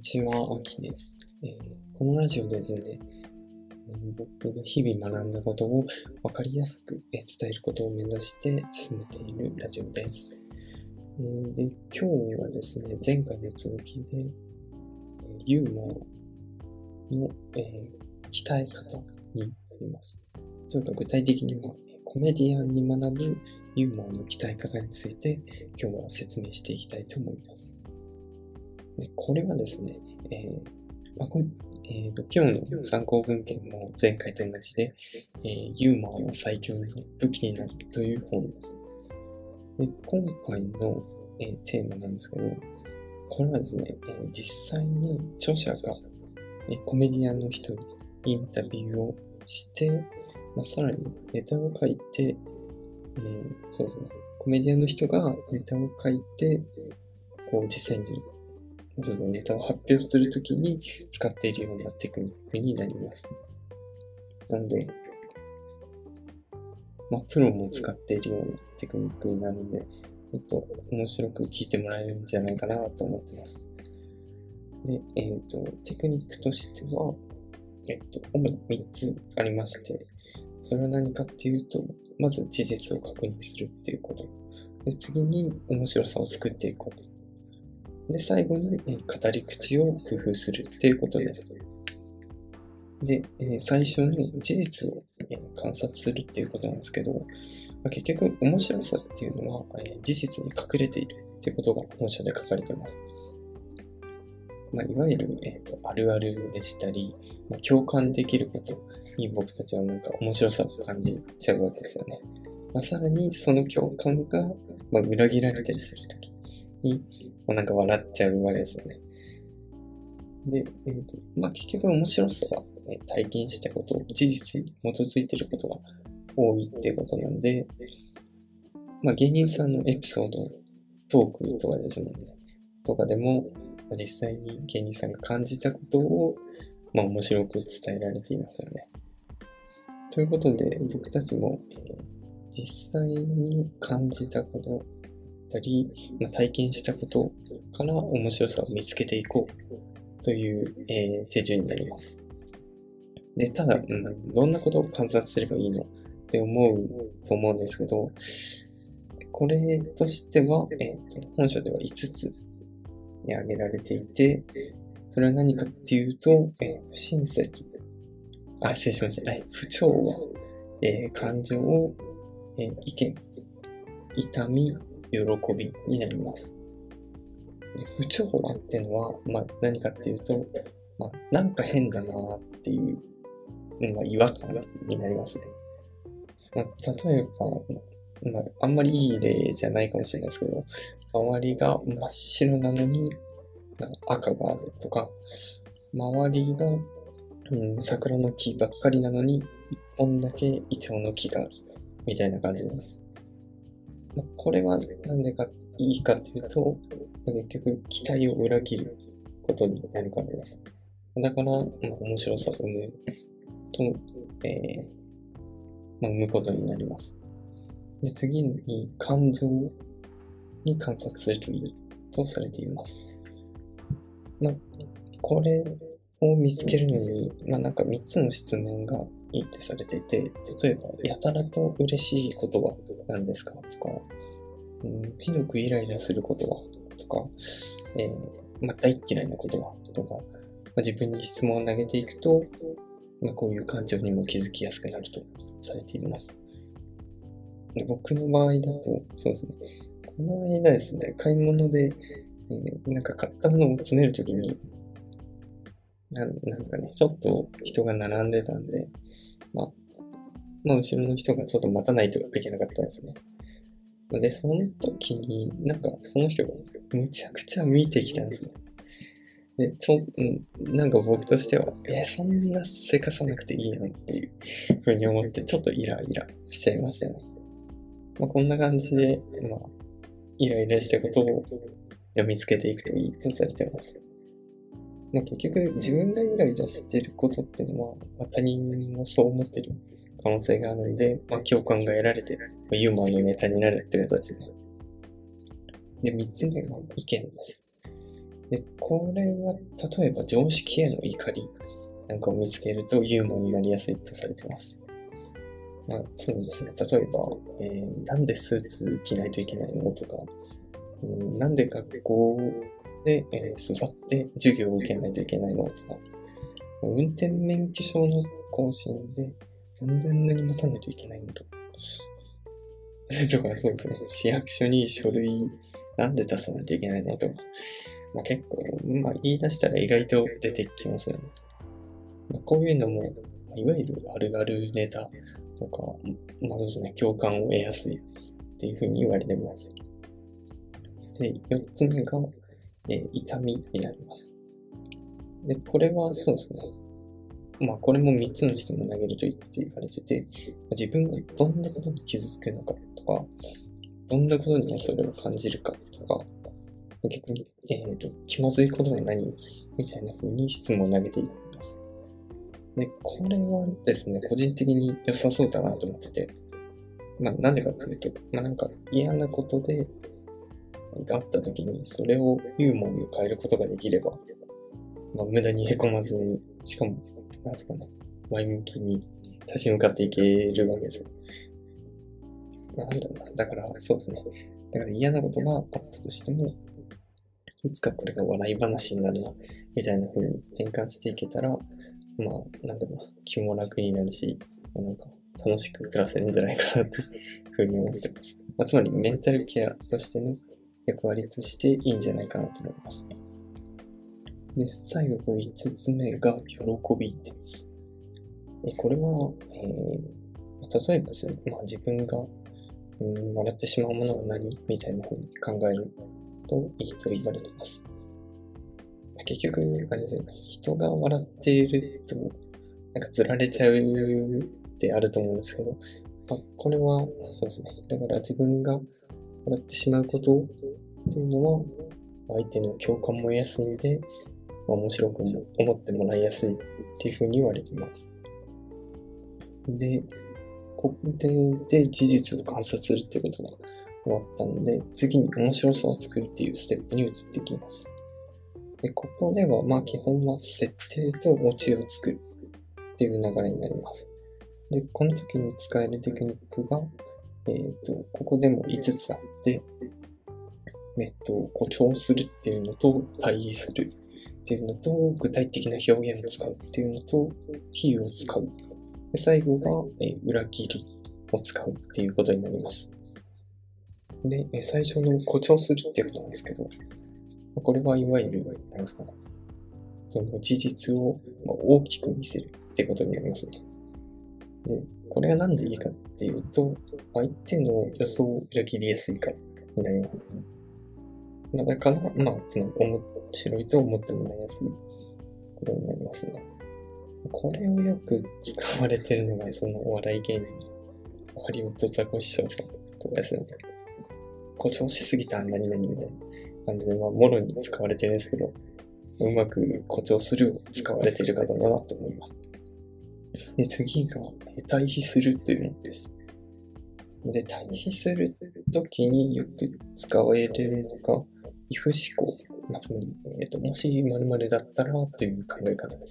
にちは、あきです。このラジオでですね、僕が日々学んだことを分かりやすく伝えることを目指して進めているラジオです。で、今日はですね、前回の続きで、ユーモアの、鍛え方になります。というか具体的には、コメディアンに学ぶユーモアの鍛え方について今日は説明していきたいと思います。でこれはですね、今日の参考文献も前回と同じで、ユーモアは最強の武器になるという本です。で今回の、テーマなんですけど、これはですね、実際に著者が、コメディアンの人にインタビューをして、さらにネタを書いて、そうですね、コメディアンの人がネタを書いて、実際にネタを発表するときに使っているようなテクニックになります。なので、プロも使っているようなテクニックになるので、もっと面白く聞いてもらえるんじゃないかなと思ってます。で、テクニックとしては、主に3つありまして、それは何かっていうと、まず事実を確認するっていうこと。で、次に面白さを作っていこう。で、最後に語り口を工夫するっていうことです。で、最初に事実を観察するっていうことなんですけど、結局面白さっていうのは事実に隠れているっていうことが本書で書かれています。いわゆる、あるあるでしたり、共感できることに僕たちは面白さを感じちゃうわけですよね。さらにその共感が、裏切られたりするときに、笑っちゃうわけですよね。で、結局面白さは、体験したこと、事実に基づいていることが多いっていうことなので、芸人さんのエピソード、トークとかですもんね。とかでも、実際に芸人さんが感じたことを、面白く伝えられていますよね。ということで、僕たちも、実際に感じたことだったり、体験したことから面白さを見つけていこうという、手順になります。で、ただ、どんなことを観察すればいいのって思うと思うんですけど、これとしては、本書では5つ挙げられていて、それは何かっていうと、不親切、失礼しました。不調和、感情、意見、痛み、喜びになります。不調和っていうのは、何かっていうと、なんか変だなっていうのが違和感になりますね。例えば、あんまりいい例じゃないかもしれないですけど、周りが真っ白なのに赤があるとか、周りが、桜の木ばっかりなのに一本だけイチョウの木があるみたいな感じです。これはなんでかいいかっていうと、結局期待を裏切ることになるからです。だから、面白さを生むと、生むことになります。で、次に感情に観察するといいとされています。これを見つけるのに、3つの質問がいいってされていて、例えば、やたらと嬉しいことは何ですかとか、ひどくイライラすることはとか、大嫌いなことはとか、自分に質問を投げていくと、こういう感情にも気づきやすくなるとされています。で僕の場合だと、そうですね、この間ですね、買い物で、買ったものを詰めるときに、なんですかね、ちょっと人が並んでたんで、後ろの人がちょっと待たないといけなかったんですね。で、その時に、その人がむちゃくちゃ見てきたんですよ。で、僕としては、そんなせかさなくていいのっていうふうに思って、ちょっとイライラしちゃいましたね。こんな感じで、イライラしたことを見つけていくといいとされてます。結局、自分がイライラしてることっていうのは、他人もそう思ってる可能性があるので、共感が得られて、ユーモアのネタになるってことですね。で、3つ目が意見です。 で、これは例えば常識への怒りなんかを見つけるとユーモアになりやすいとされています。そうですね。例えば、なんでスーツ着ないといけないのとか、なんで学校で、座って授業を受けないといけないのとか、運転免許証の更新で全然何待たないといけないのとか、とかそうですね。市役所に書類なんで出さないといけないのとか、結構、言い出したら意外と出てきますよね。こういうのも、いわゆるあるあるネタとか、そうですね、共感を得やすいっていうふうに言われてます。で、4つ目が、痛みになります。で、これはそうですね。これも3つの質問を投げると言われてて、自分がどんなことに傷つくのかとか、どんなことにそれを感じるかとか、逆に、気まずいことは何みたいな風に質問を投げています。で、これはですね、個人的に良さそうだなと思ってて、なんでかっていうと、なんか嫌なことがあった時に、それをユーモアに変えることができれば、無駄に凹まずに、しかも、なんですかね、前向きに立ち向かっていけるわけですよ。だから、そうですね。だから嫌なことがあったとしても、いつかこれが笑い話になるな、みたいな風に変換していけたら、気も楽になるし、楽しく暮らせるんじゃないかなというふうに思ってます。つまり、メンタルケアとしての役割としていいんじゃないかなと思います。で、最後の5つ目が喜びです。これは、例えばですね、自分が、笑ってしまうものは何みたいな風に考えるといいと言われています。結局、あれですよね、人が笑っていると、釣られちゃうってあると思うんですけど、これは、そうですね。だから自分が笑ってしまうことっていうのは、相手の共感も得やすいんで、面白くも思ってもらいやすいっていうふうに言われています。で、ここで事実を観察するっていうことが終わったので、次に面白さを作るっていうステップに移っていきます。で、ここでは、基本は設定とオチを作るっていう流れになります。で、この時に使えるテクニックが、ここでも5つあって、誇張するっていうのと、対比するっていうのと、具体的な表現を使うっていうのと、比喩を使う。で最後が、裏切りを使うっていうことになります。で、最初の誇張するっていうことなんですけど、これはいわゆる、なんですかね、その事実を大きく見せるってことになりますね。で、これはなんでいいかっていうと、相手の予想を裏切りやすいからになりますね。だから、つまり面白いと思ってもらいやすいことになりますね。これをよく使われてるのが、そのお笑い芸人のハリウッドザコシショウさんとかですよね。誇張しすぎた何々みたいな感じで、もろに使われてるんですけど、うまく誇張するを使われている方だなと思います。で、次が、対比するというものです。で、対比するときによく使われるのが、if 思考。つまり、もし〇〇だったらという考え方です。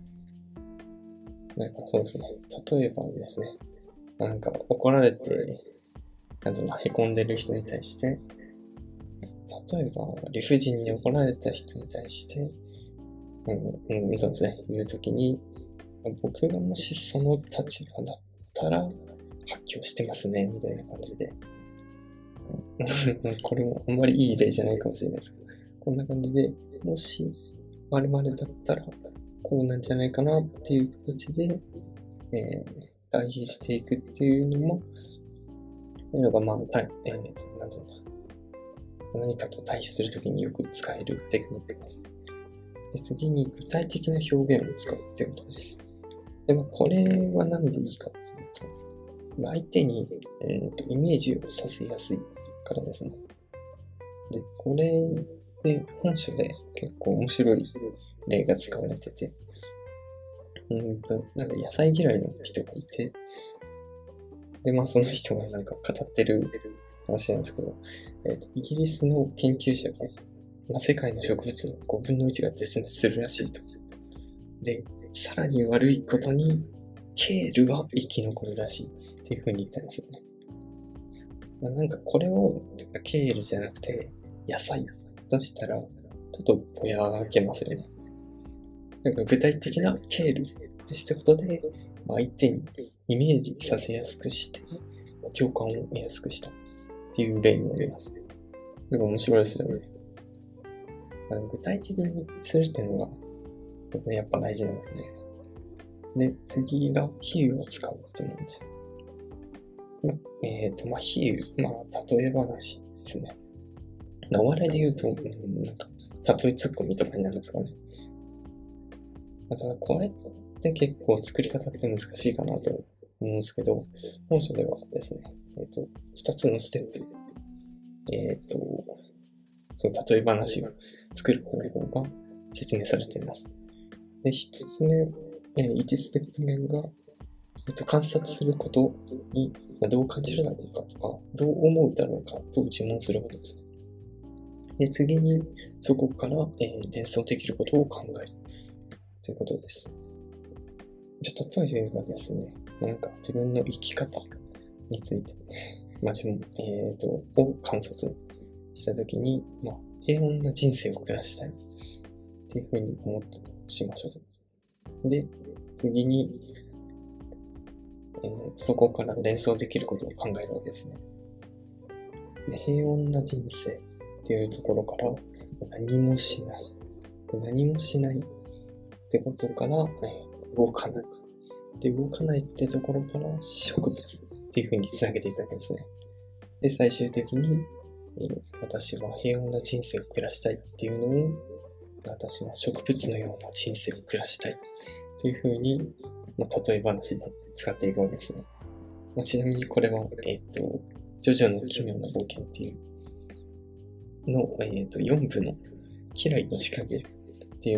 そうですね。例えばですね、怒られて、凹んでる人に対して、例えば、理不尽に怒られた人に対して、そうですね、言うときに、僕がもしその立場だったら、発狂してますね、みたいな感じで。これもあんまりいい例じゃないかもしれないですけど、こんな感じで、もし、〇〇だったら、こうなんじゃないかなっていう形で、対比していくっていうのも、何かと対比するときによく使えるテクニックです。で次に具体的な表現を使うっていうことです。でこれは何でいいかっていうと、相手に、イメージをさせやすいからですね。で、これで本書で結構面白い例が使われてて、野菜嫌いの人がいて、で、その人が語ってる話なんですけど、イギリスの研究者が、 世界の植物の5分の1が絶滅するらしいと。で、さらに悪いことに、ケールは生き残るらしいっていう風に言ったんですよね。なんかこれを、ケールじゃなくて、野菜としたら、ちょっとぼやけますよね。なんか具体的なケールってしたことで、相手にイメージさせやすくして、共感を得やすくしたっていう例になります。なんか面白いですよね。具体的にするっていうのがですね、やっぱ大事なんですね。で、次が比喩を使うっていうのです。比喩、例え話ですね。お笑いで言うと、なんか、例えツッコミとかになるんですかね。ただ、これって結構作り方って難しいかなと思うんですけど、本書ではですね、2つのステップで、その例え話を作る方法が説明されています。で、1つ目、1ステップ目が、観察することにどう感じるだろうかとか、どう思うだろうかと自問することですね。で、次に、そこから、連想できることを考えるということです。じゃ例えばですね、なんか自分の生き方について、を観察したときに、平穏な人生を暮らしたいっていうふうに思ったとしましょう。で、次に、そこから連想できることを考えるわけですね。で、平穏な人生っていうところから何もしない。何もしないってことから、動かない。で、動かないってところから植物っていう風につなげていくわけですね。で、最終的に、私は平穏な人生を暮らしたいっていうのを、私は植物のような人生を暮らしたいという風に、例え話で使っていくわけですね。ちなみにこれは、ジョジョの奇妙な冒険っていうの、4部のキライの仕掛けっていう、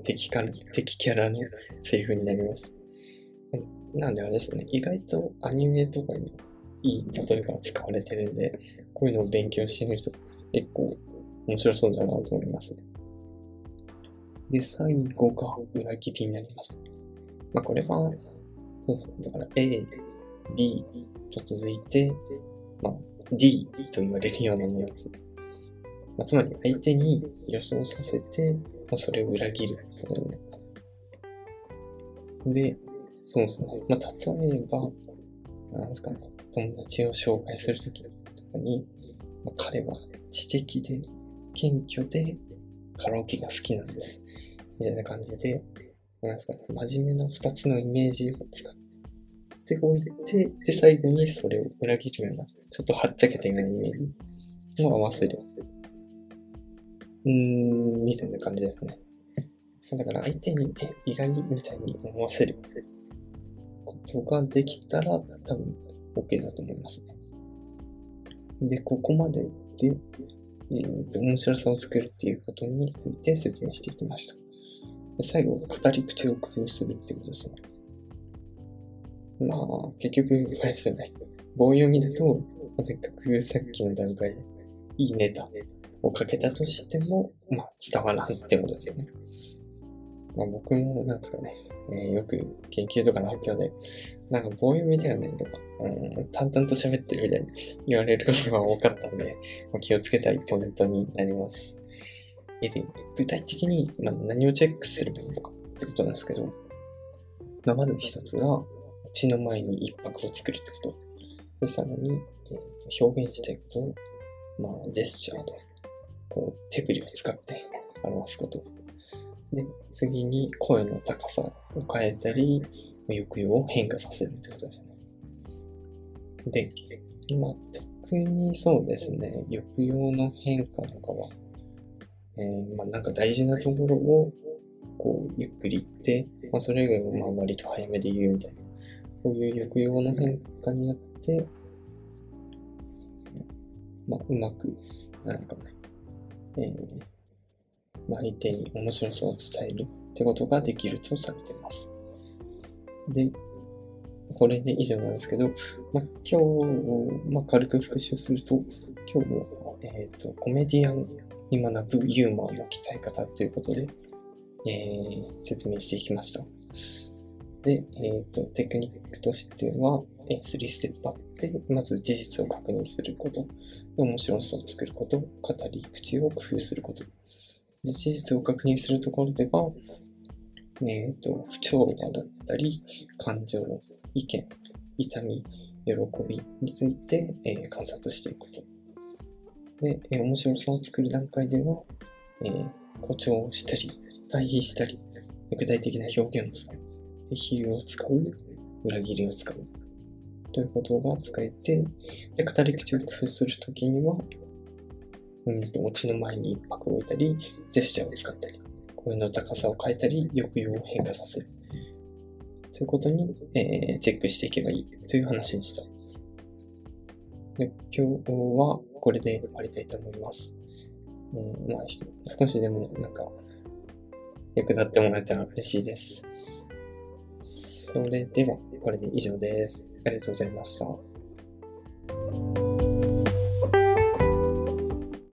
敵キャラのセリフになります。なんであれですね、意外とアニメとかにいい例えが使われてるんで、こういうのを勉強してみると結構面白そうだなと思いますね。で、最後が裏切りになります。これは、そうですね、だから A、B と続いて、D と言われるようなものですね。つまり相手に予想させて、それを裏切ることになります。で、そうですね。例えば、なんですかね、友達を紹介するときとかに、彼は知的で謙虚でカラオケが好きなんです。みたいな感じで、なんですかね、真面目な2つのイメージを使っておいて、で、最後にそれを裏切るような、ちょっとはっちゃけたようなイメージを合わせる。みたいな感じですね。だから相手に意外みたいに思わせることができたら多分 OK だと思いますね。で、ここまでで、面白さを作るっていうことについて説明していきました。で最後、語り口を工夫するってことですね。結局、あれですよね。棒読みだと、せっかくさっきの段階でいいネタをかけたとしても、伝わらんってことですよね。僕も、なんですかね、よく研究とかの発表で、なんか棒読みだよねとか、淡々と喋ってるみたいに言われることが多かったんで、気をつけたいポイントになります。で、具体的に何をチェックすればいいのかってことなんですけど、まず一つが、血の前に一拍を作るってこと。で、さらに、表現したいことを、ジェスチャーで、手振りを使って表すこと。で、次に声の高さを変えたり、抑揚を変化させるってことですね。で、特にそうですね、抑揚の変化とかは、なんか大事なところを、ゆっくり言って、それ以外は割と早めで言うみたいな、こういう抑揚の変化によって、うまく、なんですかね、相手に面白さを伝えるってことができるとされています。で、これで以上なんですけど、今日、軽く復習すると、今日も、コメディアンに学ぶユーモアの鍛え方ということで、説明していきました。で、テクニックとしては、3ステップあって、まず事実を確認すること、面白さを作ること、語り口を工夫すること。で、事実を確認するところでは、不調和だったり、感情、意見、痛み、喜びについて、観察していくこと。で、面白さを作る段階では、誇張したり、対比したり、具体的な表現を使う。比喩を使う、裏切りを使う。ということが使えて、で、語り口を工夫するときには、オチの前に一拍を置いたり、ジェスチャーを使ったり、声の高さを変えたり、抑揚を変化させる。ということに、チェックしていけばいいという話でした。で、今日はこれで終わりたいと思います。少しでも役立ってもらえたら嬉しいです。それでは、これで以上です。ありがとうございました。